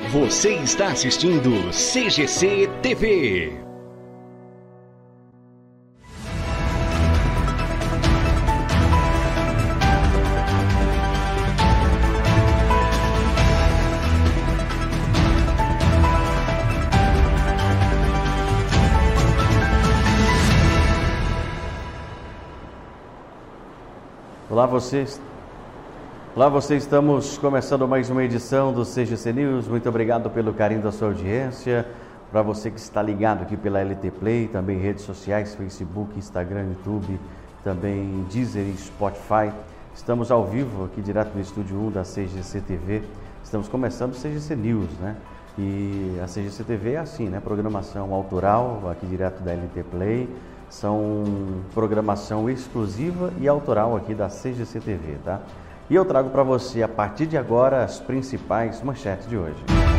Você está assistindo CGC TV. Olá você, estamos começando mais uma edição do CGC News. Muito obrigado pelo carinho da sua audiência. Para você que está ligado aqui pela LT Play, também redes sociais, Facebook, Instagram, YouTube, também Deezer e Spotify. Estamos ao vivo aqui direto do Estúdio 1 da CGC TV. Estamos começando o CGC News, né? E a CGC TV é assim, né? Programação autoral, aqui direto da LT Play. São programação exclusiva e autoral aqui da CGC TV, tá? E eu trago para você, a partir de agora, as principais manchetes de hoje.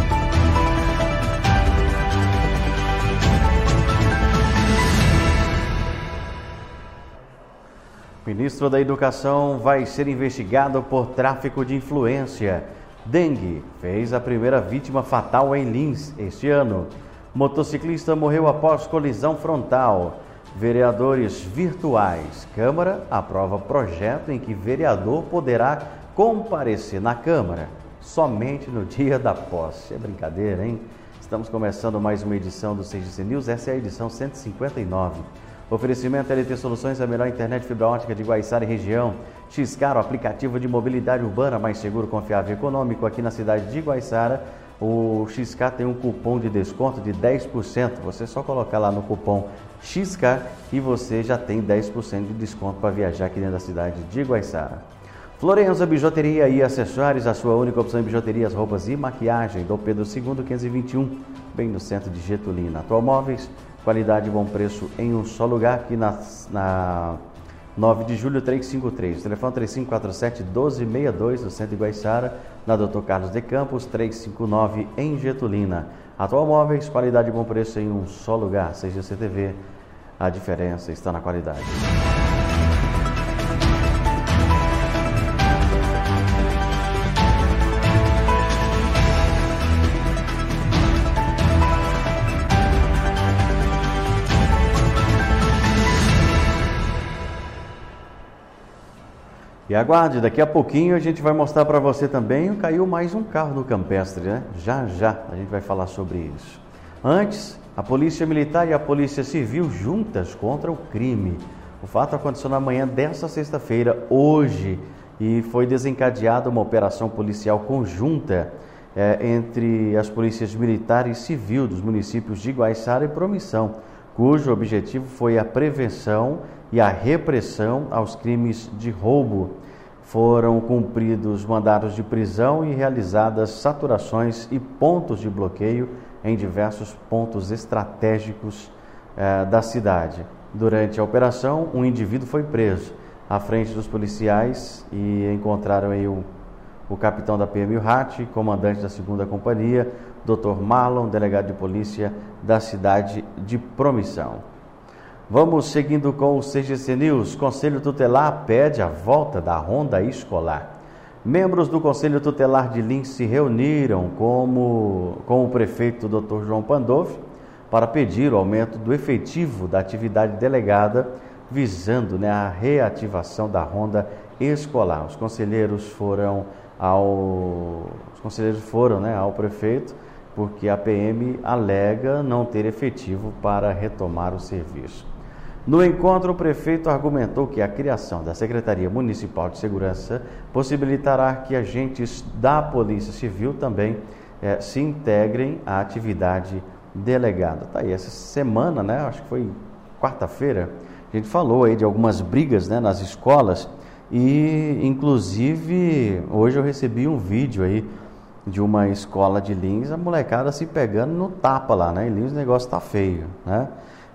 O ministro da Educação vai ser investigado por tráfico de influência. Dengue fez a primeira vítima fatal em Lins este ano. Motociclista morreu após colisão frontal. Vereadores virtuais. Câmara aprova projeto em que vereador poderá comparecer na Câmara somente no dia da posse. É brincadeira, hein? Estamos começando mais uma edição do CGC News. Essa é a edição 159. Oferecimento LT Soluções, a melhor internet fibra ótica de Guaiçara e região. Xcar, o aplicativo de mobilidade urbana mais seguro, confiável e econômico aqui na cidade de Guaiçara. O Xcar tem um cupom de desconto de 10%. Você só colocar lá no cupom Xcar e você já tem 10% de desconto para viajar aqui dentro da cidade de Guaiçara. Florença Bijuteria e Acessórios, a sua única opção em bijuterias, roupas e maquiagem, do Pedro II, 521, bem no centro de Getulina. Atual Móveis, qualidade e bom preço em um só lugar, aqui na 9 de julho 353, telefone 3547-1262, no centro de Guaiçara, na Dr. Carlos de Campos, 359, em Getulina. Atual Móveis, qualidade e bom preço em um só lugar, CGC TV, a diferença está na qualidade. E aguarde, daqui a pouquinho a gente vai mostrar para você também, caiu mais um carro no Campestre, né? Já a gente vai falar sobre isso. Antes, a Polícia Militar e a Polícia Civil juntas contra o crime. O fato aconteceu na manhã desta sexta-feira, hoje, e foi desencadeada uma operação policial conjunta entre as polícias militar e civil dos municípios de Guaiçara e Promissão, cujo objetivo foi a prevenção e a repressão aos crimes de roubo. Foram cumpridos mandados de prisão e realizadas saturações e pontos de bloqueio em diversos pontos estratégicos da cidade. Durante a operação, um indivíduo foi preso à frente dos policiais e encontraram aí o capitão da PM Urrati, comandante da 2ª Companhia, Dr. Marlon, delegado de polícia da cidade de Promissão. Vamos seguindo com o CGC News. Conselho Tutelar pede a volta da ronda escolar. Membros do Conselho Tutelar de Lins se reuniram com o prefeito Dr. João Pandolfi para pedir o aumento do efetivo da atividade delegada, visando a reativação da ronda escolar. Os conselheiros foram ao prefeito porque a PM alega não ter efetivo para retomar o serviço. No encontro, o prefeito argumentou que a criação da Secretaria Municipal de Segurança possibilitará que agentes da Polícia Civil também se integrem à atividade delegada. Tá aí, essa semana, né, acho que foi quarta-feira, a gente falou aí de algumas brigas, né, nas escolas e, inclusive, hoje eu recebi um vídeo aí de uma escola de Lins, a molecada se pegando no tapa lá, né? Em Lins o negócio tá feio, né?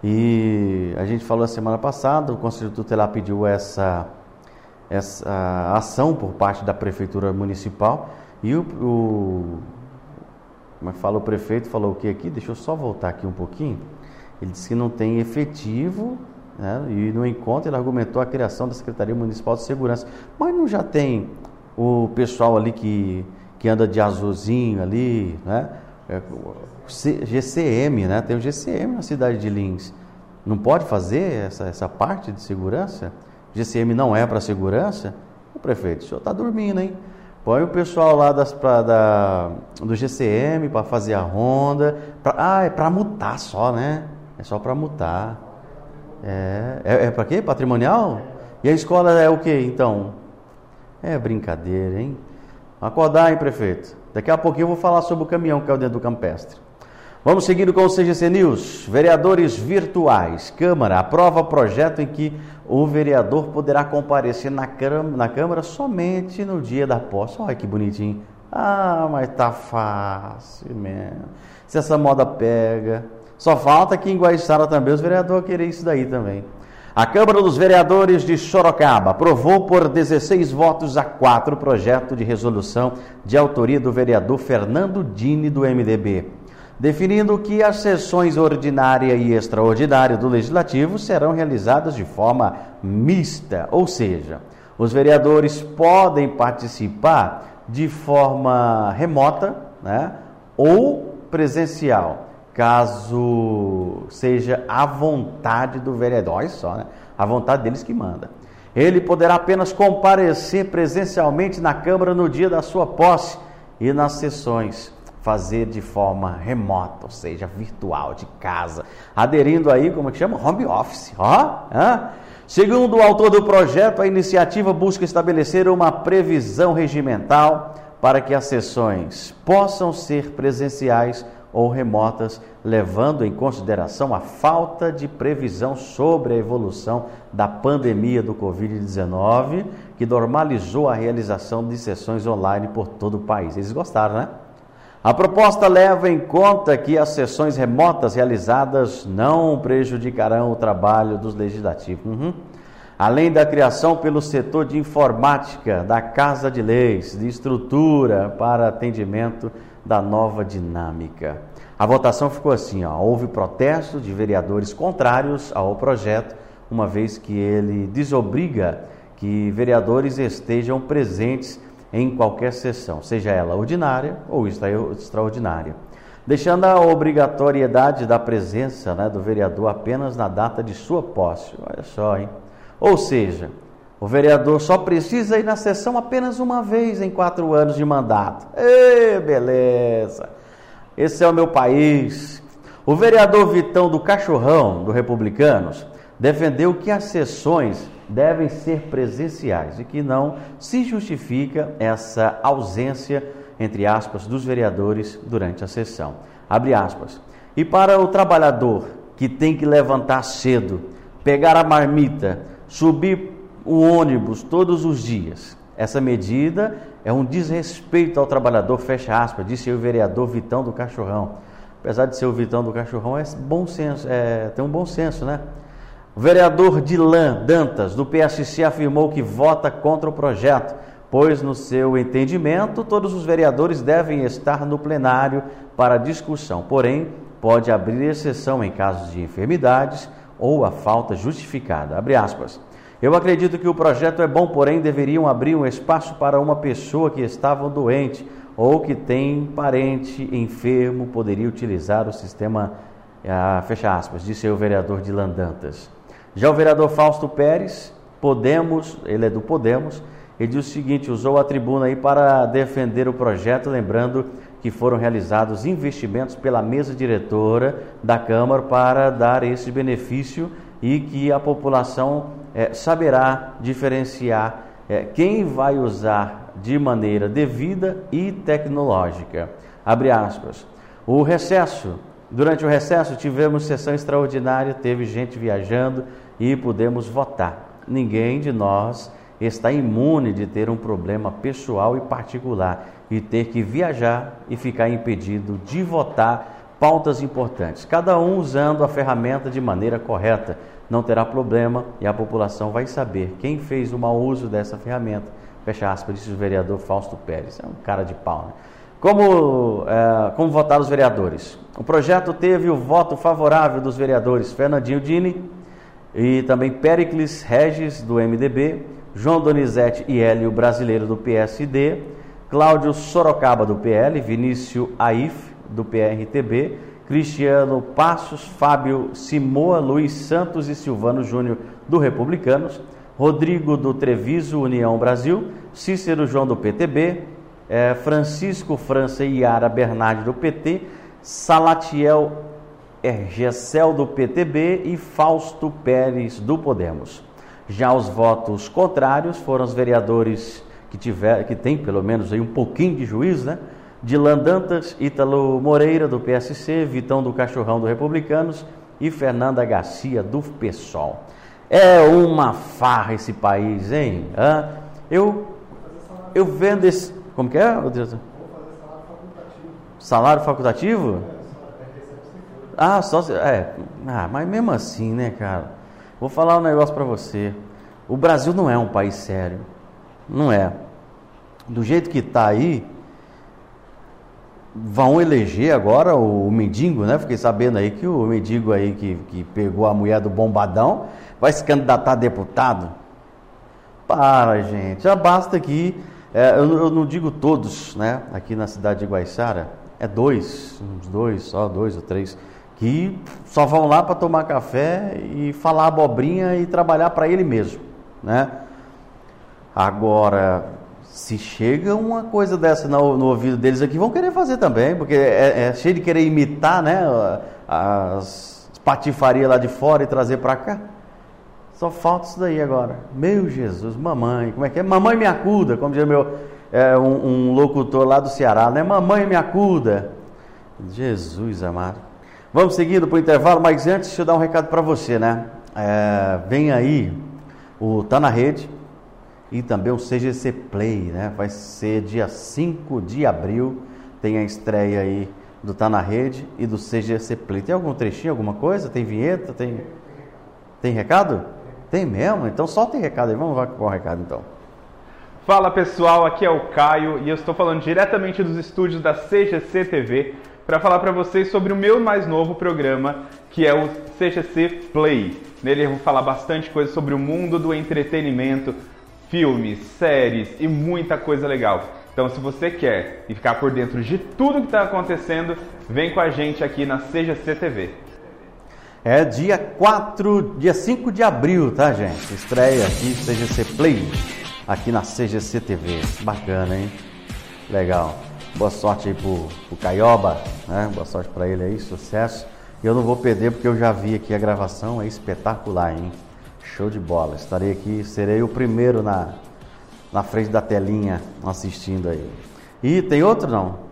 E a gente falou a semana passada, o Conselho Tutelar pediu essa ação por parte da Prefeitura Municipal e o prefeito falou o que aqui? Deixa eu só voltar aqui um pouquinho. Ele disse que não tem efetivo, né? E no encontro ele argumentou a criação da Secretaria Municipal de Segurança. Mas não já tem o pessoal ali que anda de azulzinho ali, né? GCM, né? Tem o GCM na cidade de Lins. Não pode fazer essa parte de segurança? GCM não é para segurança? O prefeito, o senhor está dormindo, hein? Põe o pessoal lá do GCM para fazer a ronda. É para multar só, né? É só para multar. É para quê? Patrimonial? E a escola é o quê, então? É brincadeira, hein? Acordar, hein, prefeito? Daqui a pouquinho eu vou falar sobre o caminhão que é o dentro do campestre. Vamos seguindo com o CGC News. Vereadores virtuais. Câmara aprova projeto em que o vereador poderá comparecer na Câmara somente no dia da posse. Olha que bonitinho. Mas tá fácil mesmo. Se essa moda pega. Só falta aqui em Guaiçara também os vereadores querem isso daí também. A Câmara dos Vereadores de Sorocaba aprovou por 16 votos a 4 o projeto de resolução de autoria do vereador Fernando Dini, do MDB, definindo que as sessões ordinária e extraordinária do Legislativo serão realizadas de forma mista, ou seja, os vereadores podem participar de forma remota, né, ou presencial, caso seja a vontade do vereador. Olha só, né? A vontade deles que manda. Ele poderá apenas comparecer presencialmente na Câmara no dia da sua posse e nas sessões fazer de forma remota, ou seja, virtual, de casa, aderindo aí, como é que chama? Home office. Segundo o autor do projeto, a iniciativa busca estabelecer uma previsão regimental para que as sessões possam ser presenciais ou remotas, levando em consideração a falta de previsão sobre a evolução da pandemia do Covid-19, que normalizou a realização de sessões online por todo o país. Eles gostaram, né? A proposta leva em conta que as sessões remotas realizadas não prejudicarão o trabalho dos legislativos. Além da criação pelo setor de informática da Casa de Leis, de estrutura para atendimento da nova dinâmica. A votação ficou assim, houve protesto de vereadores contrários ao projeto, uma vez que ele desobriga que vereadores estejam presentes em qualquer sessão, seja ela ordinária ou extraordinária, deixando a obrigatoriedade da presença, né, do vereador apenas na data de sua posse. Olha só, hein? Ou seja, o vereador só precisa ir na sessão apenas uma vez em 4 anos de mandato. Beleza! Esse é o meu país. O vereador Vitão do Cachorrão, do Republicanos, defendeu que as sessões devem ser presenciais e que não se justifica essa ausência, entre aspas, dos vereadores durante a sessão. Abre aspas. E para o trabalhador que tem que levantar cedo, pegar a marmita, subir o ônibus todos os dias, essa medida é um desrespeito ao trabalhador, fecha aspas, disse o vereador Vitão do Cachorrão. Apesar de ser o Vitão do Cachorrão, é bom senso, tem um bom senso, né? O vereador Dilan Dantas, do PSC, afirmou que vota contra o projeto, pois, no seu entendimento, todos os vereadores devem estar no plenário para discussão. Porém, pode abrir exceção em casos de enfermidades ou a falta justificada. Abre aspas. Eu acredito que o projeto é bom, porém deveriam abrir um espaço para uma pessoa que estava doente ou que tem parente enfermo, poderia utilizar o sistema, fecha aspas, disse o vereador Dilan Dantas. Já o vereador Fausto Pérez, Podemos, ele é do Podemos, ele diz o seguinte, usou a tribuna aí para defender o projeto, lembrando que foram realizados investimentos pela mesa diretora da Câmara para dar esse benefício e que a população saberá diferenciar quem vai usar de maneira devida e tecnológica. Abre aspas. Durante o recesso tivemos sessão extraordinária, teve gente viajando e pudemos votar. Ninguém de nós está imune de ter um problema pessoal e particular e ter que viajar e ficar impedido de votar pautas importantes. Cada um usando a ferramenta de maneira correta, não terá problema e a população vai saber quem fez o mau uso dessa ferramenta. Fecha aspas, disse o vereador Fausto Pérez. É um cara de pau, né? Como votaram os vereadores? O projeto teve o voto favorável dos vereadores Fernandinho Dini e também Péricles Regis, do MDB, João Donizete e Hélio Brasileiro, do PSD, Cláudio Sorocaba, do PL, Vinícius Aif, do PRTB, Cristiano Passos, Fábio Simoa, Luiz Santos e Silvano Júnior, do Republicanos, Rodrigo do Treviso, União Brasil, Cícero João, do PTB, Francisco França e Yara Bernardi, do PT, Salatiel Ergecel, do PTB e Fausto Pérez, do Podemos. Já os votos contrários foram os vereadores que tem pelo menos aí um pouquinho de juízo, né? Dilan Dantas, Ítalo Moreira, do PSC, Vitão do Cachorrão, do Republicanos e Fernanda Garcia, do PSOL. É uma farra esse país, hein? Eu vendo esse... Como que é? Salário facultativo? Mas mesmo assim, né, cara? Vou falar um negócio pra você. O Brasil não é um país sério. Não é. Do jeito que tá aí, vão eleger agora o mendigo, né? Fiquei sabendo aí que o mendigo aí que pegou a mulher do Bombadão vai se candidatar a deputado. Para, gente. Já basta que... eu não digo todos, né? Aqui na cidade de Guaiçara, só dois ou três, que só vão lá para tomar café e falar abobrinha e trabalhar para ele mesmo, né? Agora, se chega uma coisa dessa no ouvido deles aqui, vão querer fazer também, porque é cheio de querer imitar, né, as patifarias lá de fora e trazer para cá. Só falta isso daí agora. Meu Jesus, mamãe, como é que é? Mamãe me acuda, como diz um locutor lá do Ceará, né? Mamãe me acuda. Jesus amado. Vamos seguindo para o intervalo, mas antes deixa eu dar um recado para você, né? Vem aí o Tá na Rede e também o CGC Play, né? Vai ser dia 5 de abril, tem a estreia aí do Tá na Rede e do CGC Play. Tem algum trechinho, alguma coisa? Tem vinheta? Tem recado? Tem mesmo? Então solta o recado aí, vamos lá com o recado então. Fala pessoal, aqui é o Caio e eu estou falando diretamente dos estúdios da CGC TV para falar para vocês sobre o meu mais novo programa, que é o CGC Play. Nele eu vou falar bastante coisa sobre o mundo do entretenimento, filmes, séries e muita coisa legal. Então se você quer ficar por dentro de tudo que está acontecendo, vem com a gente aqui na CGC TV. É dia 5 de abril, tá, gente? Estreia aqui CGC Play, aqui na CGC TV. Bacana, hein? Legal. Boa sorte aí pro Caioba, né? Boa sorte pra ele aí, sucesso. E eu não vou perder porque eu já vi aqui a gravação, é espetacular, hein? Show de bola. Estarei aqui, serei o primeiro na frente da telinha assistindo aí. E tem outro não?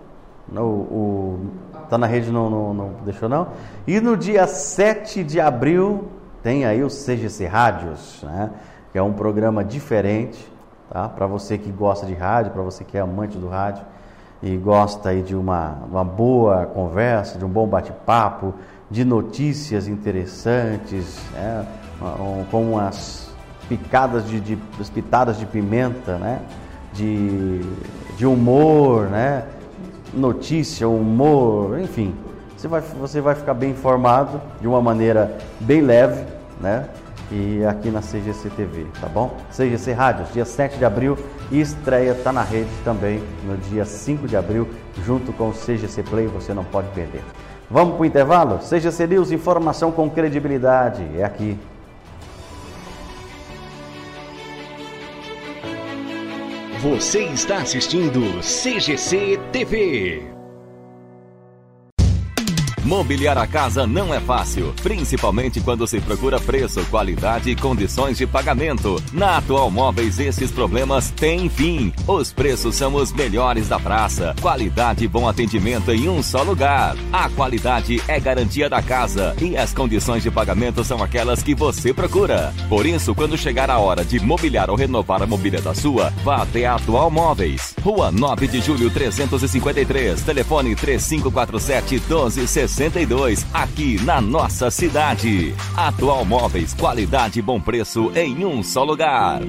Tá na Rede não deixou não? E no dia 7 de abril tem aí o CGC Rádios, né? Que é um programa diferente, tá? Para você que gosta de rádio, para você que é amante do rádio e gosta aí de uma boa conversa, de um bom bate-papo, de notícias interessantes, né? Com as pitadas de pimenta, né? De humor, né? Notícia, humor, enfim, você vai ficar bem informado de uma maneira bem leve, né? E aqui na CGC TV, tá bom? CGC Rádios, dia 7 de abril e estreia Tá na Rede também no dia 5 de abril, junto com o CGC Play, você não pode perder. Vamos para o intervalo? CGC News, informação com credibilidade, é aqui. Você está assistindo CGC TV. Mobiliar a casa não é fácil, principalmente quando se procura preço, qualidade e condições de pagamento. Na Atual Móveis, esses problemas têm fim. Os preços são os melhores da praça. Qualidade e bom atendimento em um só lugar. A qualidade é garantia da casa e as condições de pagamento são aquelas que você procura. Por isso, quando chegar a hora de mobiliar ou renovar a mobília da sua, vá até a Atual Móveis. Rua 9 de Julho 353, telefone 3547-1260. Aqui na nossa cidade. Atual Móveis, qualidade e bom preço em um só lugar.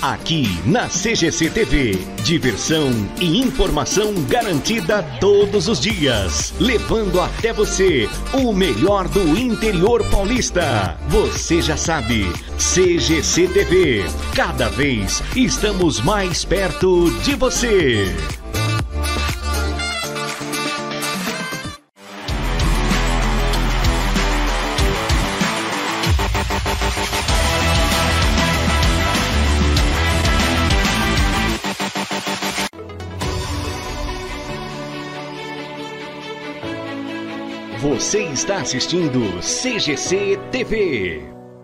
Aqui na CGC TV, diversão e informação garantida todos os dias, levando até você o melhor do interior paulista. Você já sabe, CGC TV, cada vez estamos mais perto de você. Você está assistindo CGC TV.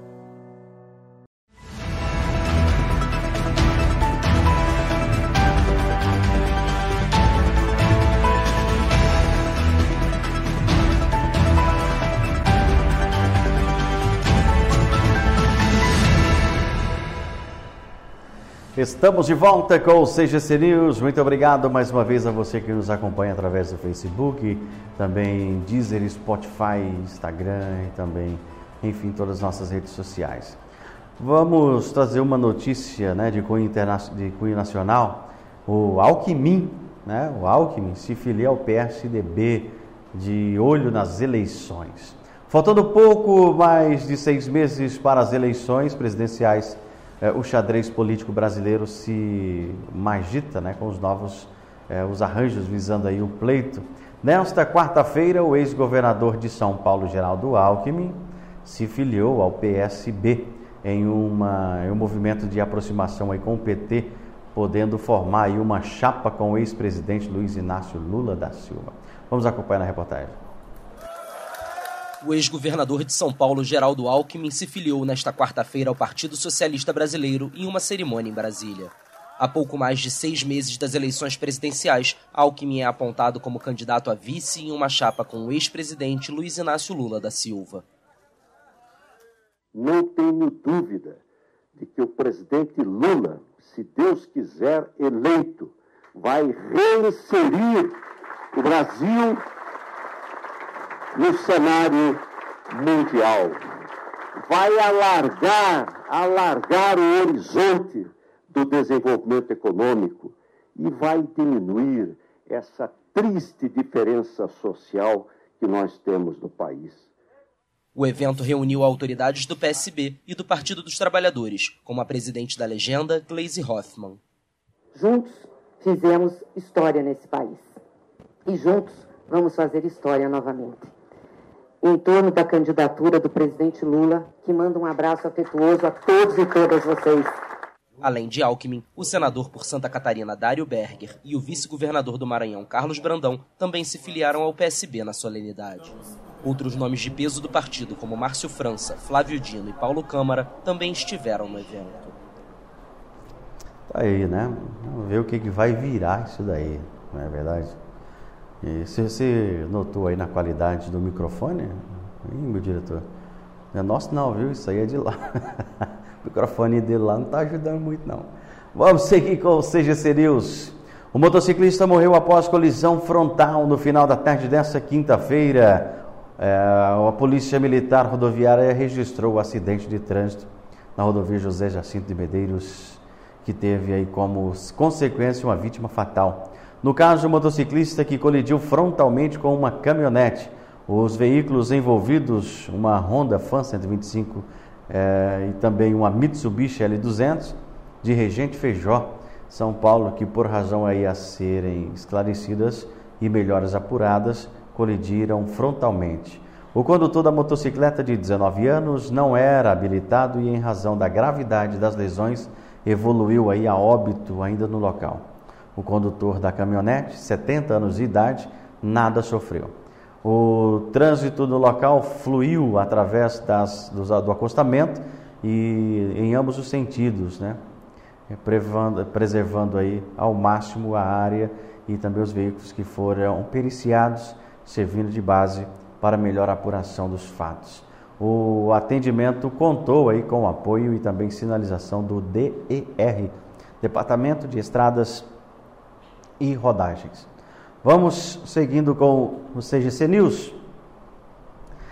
Estamos de volta com o CGC News. Muito obrigado mais uma vez a você que nos acompanha através do Facebook, também Deezer, Spotify, Instagram e também, enfim, todas as nossas redes sociais. Vamos trazer uma notícia, né, de cunho nacional. O Alckmin, né, o Alckmin se filia ao PSDB de olho nas eleições. Faltando pouco mais de 6 meses para as eleições presidenciais, o xadrez político brasileiro se agita, né, com os arranjos visando aí o pleito. Nesta quarta-feira, o ex-governador de São Paulo, Geraldo Alckmin, se filiou ao PSB em um movimento de aproximação aí com o PT, podendo formar aí uma chapa com o ex-presidente Luiz Inácio Lula da Silva. Vamos acompanhar na reportagem. O ex-governador de São Paulo, Geraldo Alckmin, se filiou nesta quarta-feira ao Partido Socialista Brasileiro em uma cerimônia em Brasília. Há pouco mais de 6 meses das eleições presidenciais, Alckmin é apontado como candidato a vice em uma chapa com o ex-presidente Luiz Inácio Lula da Silva. Não tenho dúvida de que o presidente Lula, se Deus quiser eleito, vai reinserir o Brasil no cenário mundial, vai alargar o horizonte do desenvolvimento econômico e vai diminuir essa triste diferença social que nós temos no país. O evento reuniu autoridades do PSB e do Partido dos Trabalhadores, como a presidente da legenda, Gleisi Hoffmann. Juntos fizemos história nesse país e juntos vamos fazer história novamente. Em torno da candidatura do presidente Lula, que manda um abraço afetuoso a todos e todas vocês. Além de Alckmin, o senador por Santa Catarina, Dário Berger, e o vice-governador do Maranhão, Carlos Brandão, também se filiaram ao PSB na solenidade. Outros nomes de peso do partido, como Márcio França, Flávio Dino e Paulo Câmara, também estiveram no evento. Tá aí, né? Vamos ver o que vai virar isso daí, não é verdade? E se você notou aí na qualidade do microfone, meu diretor, não é nosso não, viu? Isso aí é de lá. O microfone dele lá não está ajudando muito não. Vamos seguir com o CGC News. O motociclista morreu após colisão frontal no final da tarde desta quinta-feira. A Polícia Militar Rodoviária registrou o acidente de trânsito na rodovia José Jacinto de Medeiros, que teve aí como consequência uma vítima fatal. No caso, o motociclista que colidiu frontalmente com uma caminhonete. Os veículos envolvidos, uma Honda Fan 125 e também uma Mitsubishi L200 de Regente Feijó, São Paulo, que por razão aí a serem esclarecidas e melhores apuradas, colidiram frontalmente. O condutor da motocicleta de 19 anos não era habilitado e, em razão da gravidade das lesões, evoluiu aí a óbito ainda no local. O condutor da caminhonete, 70 anos de idade, nada sofreu. O trânsito no local fluiu através do acostamento e em ambos os sentidos, né? Preservando aí ao máximo a área e também os veículos que foram periciados, servindo de base para melhor apuração dos fatos. O atendimento contou aí com o apoio e também sinalização do DER, Departamento de Estradas e Rodagens. Vamos seguindo com o CGC News.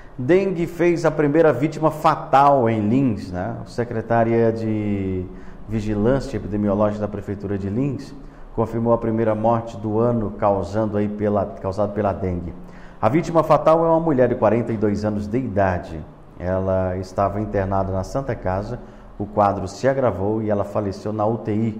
Dengue fez a primeira vítima fatal em Lins, né? A secretária de Vigilância Epidemiológica da Prefeitura de Lins confirmou a primeira morte do ano causada pela dengue. A vítima fatal é uma mulher de 42 anos de idade. Ela estava internada na Santa Casa, o quadro se agravou e ela faleceu na UTI.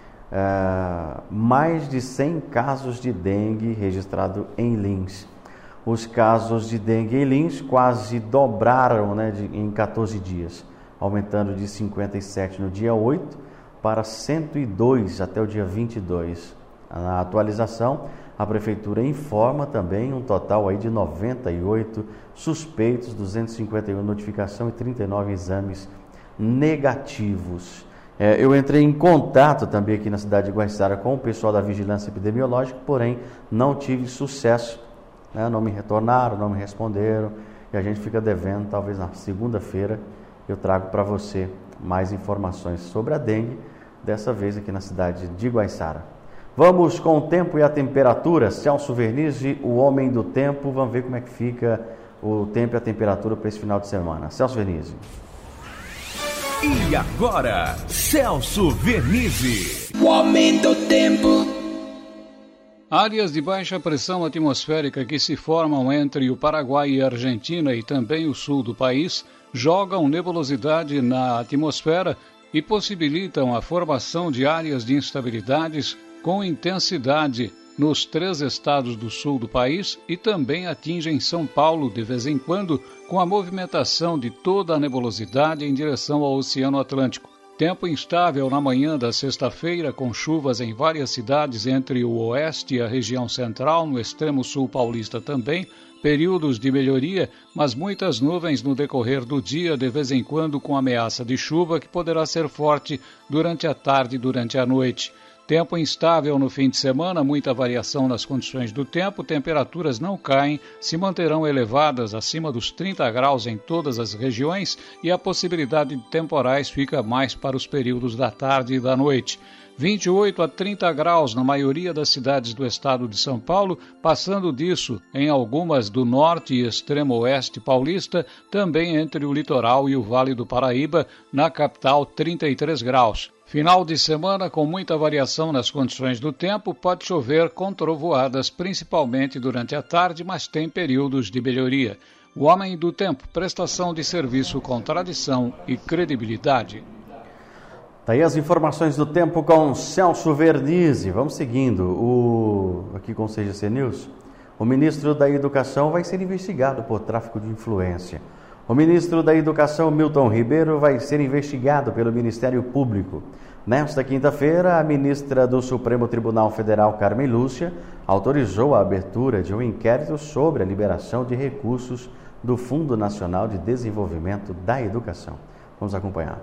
Mais de 100 casos de dengue registrados em Lins. Os casos de dengue em Lins quase dobraram, em 14 dias, aumentando de 57 no dia 8 para 102 até o dia 22. Na atualização, a Prefeitura informa também um total aí de 98 suspeitos, 251 notificação e 39 exames negativos. Eu entrei em contato também aqui na cidade de Guaiçara com o pessoal da Vigilância Epidemiológica, porém não tive sucesso, não me retornaram, não me responderam, e a gente fica devendo, talvez na segunda-feira eu trago para você mais informações sobre a dengue, dessa vez aqui na cidade de Guaiçara. Vamos com o tempo e a temperatura. Celso Vernizzi, o homem do tempo, vamos ver como é que fica o tempo e a temperatura para esse final de semana. Celso Vernizzi. E agora, Celso Vernizzi. O homem do tempo. Áreas de baixa pressão atmosférica que se formam entre o Paraguai e a Argentina e também o sul do país jogam nebulosidade na atmosfera e possibilitam a formação de áreas de instabilidades com intensidade nos 3 estados do sul do país e também atingem São Paulo de vez em quando, com a movimentação de toda a nebulosidade em direção ao Oceano Atlântico. Tempo instável na manhã da sexta-feira, com chuvas em várias cidades entre o oeste e a região central, no extremo sul paulista também, períodos de melhoria, mas muitas nuvens no decorrer do dia, de vez em quando com ameaça de chuva que poderá ser forte durante a tarde e durante a noite. Tempo instável no fim de semana, muita variação nas condições do tempo, temperaturas não caem, se manterão elevadas acima dos 30 graus em todas as regiões e a possibilidade de temporais fica mais para os períodos da tarde e da noite. 28 a 30 graus na maioria das cidades do estado de São Paulo, passando disso em algumas do norte e extremo oeste paulista, também entre o litoral e o Vale do Paraíba, na capital 33 graus. Final de semana com muita variação nas condições do tempo, pode chover com trovoadas, principalmente durante a tarde, mas tem períodos de melhoria. O Homem do Tempo, prestação de serviço com tradição e credibilidade. Tá aí as informações do tempo com Celso Vernizzi. Vamos seguindo. Aqui com o CGC News, o ministro da Educação vai ser investigado por tráfico de influência. O ministro da Educação, Milton Ribeiro, vai ser investigado pelo Ministério Público. Nesta quinta-feira, a ministra do Supremo Tribunal Federal, Carmen Lúcia, autorizou a abertura de um inquérito sobre a liberação de recursos do Fundo Nacional de Desenvolvimento da Educação. Vamos acompanhar.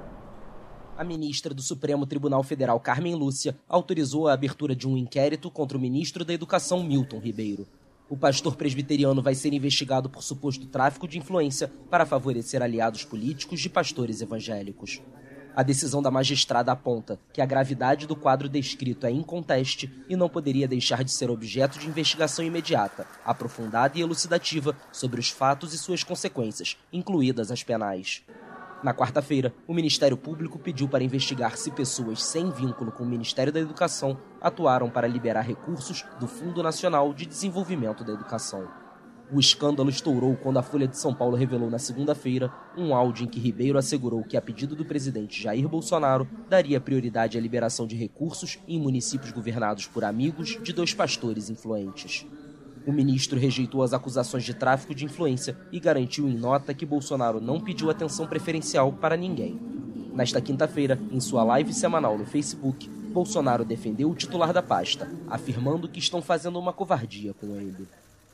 A ministra do Supremo Tribunal Federal, Carmen Lúcia, autorizou a abertura de um inquérito contra o ministro da Educação, Milton Ribeiro. O pastor presbiteriano vai ser investigado por suposto tráfico de influência para favorecer aliados políticos de pastores evangélicos. A decisão da magistrada aponta que a gravidade do quadro descrito é inconteste e não poderia deixar de ser objeto de investigação imediata, aprofundada e elucidativa sobre os fatos e suas consequências, incluídas as penais. Na quarta-feira, o Ministério Público pediu para investigar se pessoas sem vínculo com o Ministério da Educação atuaram para liberar recursos do Fundo Nacional de Desenvolvimento da Educação. O escândalo estourou quando a Folha de São Paulo revelou na segunda-feira um áudio em que Ribeiro assegurou que, a pedido do presidente Jair Bolsonaro, daria prioridade à liberação de recursos em municípios governados por amigos de 2 pastores influentes. O ministro rejeitou as acusações de tráfico de influência e garantiu em nota que Bolsonaro não pediu atenção preferencial para ninguém. Nesta quinta-feira, em sua live semanal no Facebook, Bolsonaro defendeu o titular da pasta, afirmando que estão fazendo uma covardia com ele.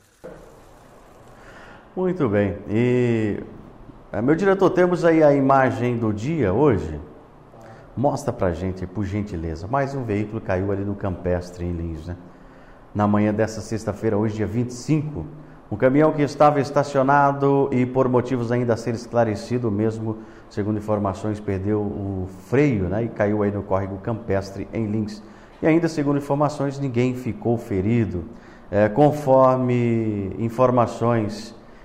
Muito bem. E, meu diretor, temos aí a imagem do dia hoje. Mostra pra gente, por gentileza. Mais um veículo caiu ali no Campestre, em Lins, né? Na manhã dessa sexta-feira, hoje dia 25, um caminhão que estava estacionado e por motivos ainda a ser esclarecido, mesmo segundo informações, perdeu o freio, né, e caiu aí no córrego Campestre em Lins. E ainda segundo informações, ninguém ficou ferido. Conforme informações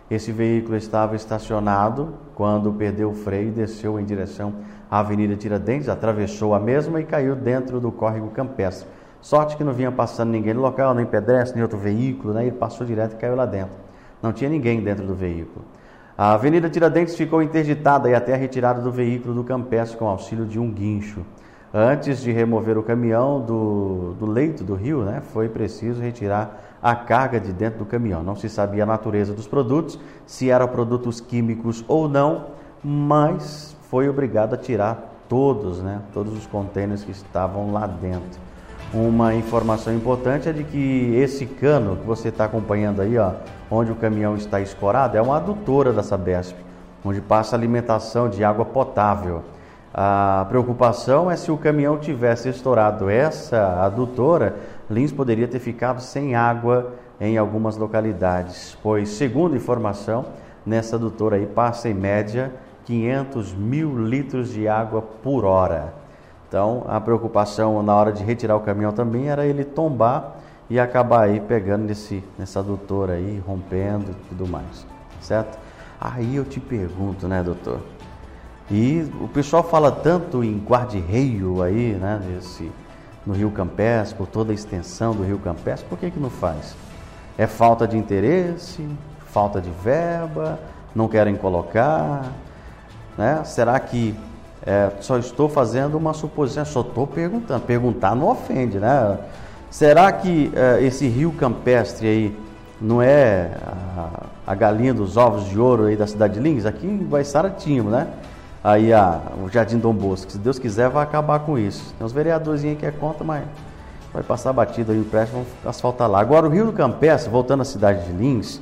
Esse veículo estava estacionado quando perdeu o freio e desceu em direção à Avenida Tiradentes, atravessou a mesma e caiu dentro do córrego campestre. Sorte que não vinha passando ninguém no local, nem pedestre, nem outro veículo, né? Ele passou direto e caiu lá dentro. Não tinha ninguém dentro do veículo. A Avenida Tiradentes ficou interditada e até a retirada do veículo do campestre com auxílio de um guincho. Antes de remover o caminhão do leito do rio, né, foi preciso retirar a carga de dentro do caminhão. Não se sabia a natureza dos produtos, se eram produtos químicos ou não, mas foi obrigado a tirar todos os contêineres que estavam lá dentro. Uma informação importante é de que esse cano que você está acompanhando aí, ó, onde o caminhão está escorado, é uma adutora da Sabesp, onde passa alimentação de água potável. A preocupação é se o caminhão tivesse estourado essa adutora, Lins poderia ter ficado sem água em algumas localidades, pois, segundo informação, nessa adutora aí passa em média 500 mil litros de água por hora. Então, a preocupação na hora de retirar o caminhão também era ele tombar e acabar aí pegando nessa adutora aí, rompendo e tudo mais, certo? Aí eu te pergunto, né, doutor? E o pessoal fala tanto em guarda-reio aí, né, no Rio Campestre, por toda a extensão do Rio Campestre, por que não faz? É falta de interesse, falta de verba, não querem colocar, né? Será que só estou fazendo uma suposição, só estou perguntando, perguntar não ofende, né? Será que esse Rio Campestre aí não é a galinha dos ovos de ouro aí da cidade de Lins? Aqui em Guaiçara tínhamos, né? Aí o Jardim Dom Bosco, se Deus quiser vai acabar com isso. Tem uns vereadorzinhos que é contra, mas vai passar batido aí o prédio, vão asfaltar lá. Agora o Rio Campestre, voltando à cidade de Lins,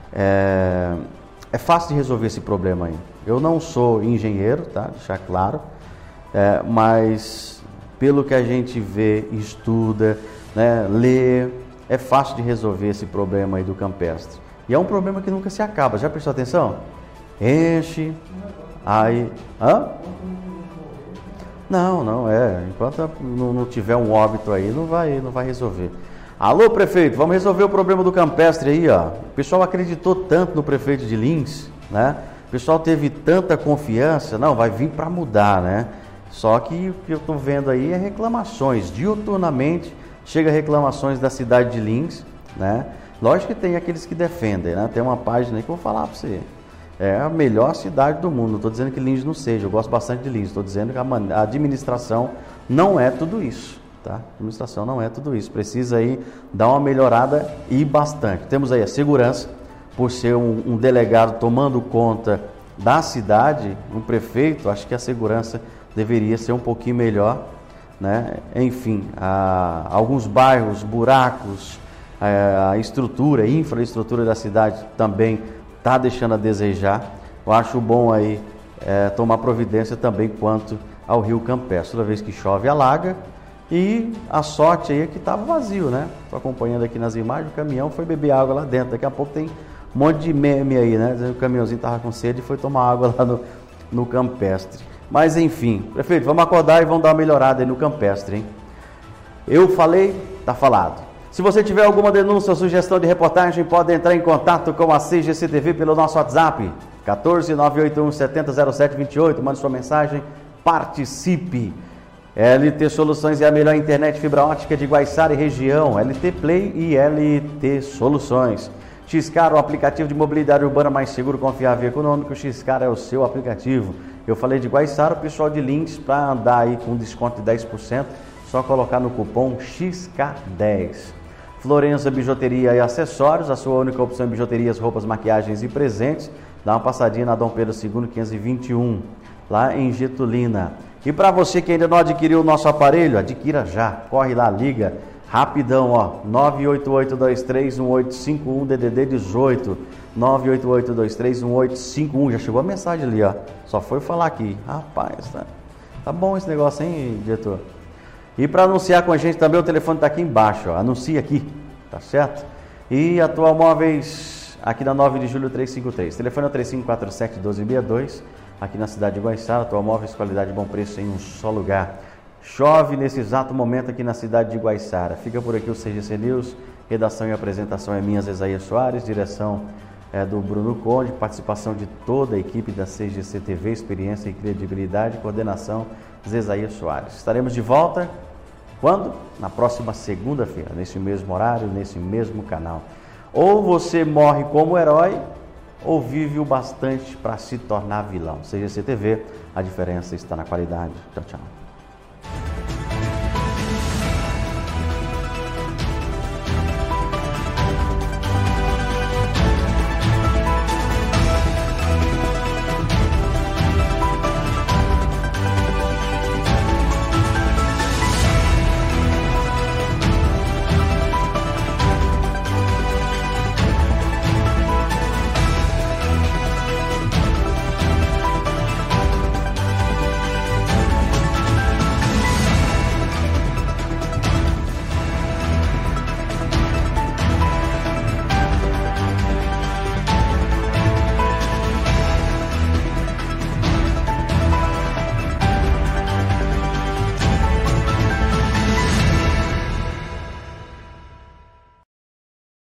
é fácil de resolver esse problema aí. Eu não sou engenheiro, tá? Deixar claro, mas pelo que a gente vê, estuda, né, lê, é fácil de resolver esse problema aí do campestre. E é um problema que nunca se acaba, já prestou atenção? Enche, aí... Não, enquanto não tiver um óbito aí, não vai resolver. Alô, prefeito, vamos resolver o problema do campestre aí, ó. O pessoal acreditou tanto no prefeito de Lins, né? O pessoal teve tanta confiança, não, vai vir para mudar, né? Só que o que eu estou vendo aí é reclamações, diuturnamente chega reclamações da cidade de Lins, né? Lógico que tem aqueles que defendem, né? Tem uma página aí que eu vou falar para você. É a melhor cidade do mundo, não estou dizendo que Lins não seja, eu gosto bastante de Lins, estou dizendo que a administração não é tudo isso, tá? A administração não é tudo isso, precisa aí dar uma melhorada e bastante. Temos aí a segurança, por ser um delegado tomando conta da cidade, um prefeito, acho que a segurança deveria ser um pouquinho melhor, né? Enfim, alguns bairros, buracos, a infraestrutura da cidade também está deixando a desejar. Eu acho bom aí tomar providência também quanto ao Rio Campestre. Toda vez que chove, alaga, e a sorte aí é que estava vazio, né? Estou acompanhando aqui nas imagens, o caminhão foi beber água lá dentro. Daqui a pouco tem um monte de meme aí, né? Dizendo que o caminhãozinho estava com sede e foi tomar água lá no Campestre. Mas enfim, prefeito, vamos acordar e vamos dar uma melhorada aí no Campestre, hein? Eu falei, tá falado. Se você tiver alguma denúncia ou sugestão de reportagem, pode entrar em contato com a CGC-TV pelo nosso WhatsApp, 14-981-700728. Mande sua mensagem, participe. LT Soluções é a melhor internet fibra ótica de Guaiçara e região. LT Play e LT Soluções. Xcar, o aplicativo de mobilidade urbana mais seguro, confiável e econômico. Xcar é o seu aplicativo. Eu falei de Guaiçara, o pessoal de Lins, para andar aí com desconto de 10%, só colocar no cupom XK10. Florença Bijuteria e Acessórios, a sua única opção em bijuterias, roupas, maquiagens e presentes. Dá uma passadinha na Dom Pedro II, 521, lá em Getulina. E para você que ainda não adquiriu o nosso aparelho, adquira já. Corre lá, liga. Rapidão, ó, 988231851 DDD 18, 988231851, já chegou a mensagem ali, ó, só foi falar aqui. Rapaz, tá bom esse negócio, hein, diretor? E para anunciar com a gente também, o telefone está aqui embaixo, ó, anuncia aqui, tá certo? E Atual Móveis, aqui na 9 de julho 353, telefone é 3547-1262, aqui na cidade de Guaiçara. Atual Móveis, qualidade e bom preço em um só lugar. Chove nesse exato momento aqui na cidade de Guaiçara. Fica por aqui o CGC News. Redação e apresentação é minha, Isaías Soares. Direção do Bruno Conde, participação de toda a equipe da CGC TV, experiência e credibilidade, coordenação Zezaia Soares. Estaremos de volta quando? Na próxima segunda-feira, nesse mesmo horário, nesse mesmo canal. Ou você morre como herói, ou vive o bastante para se tornar vilão. CGC TV, a diferença está na qualidade. Tchau, tchau.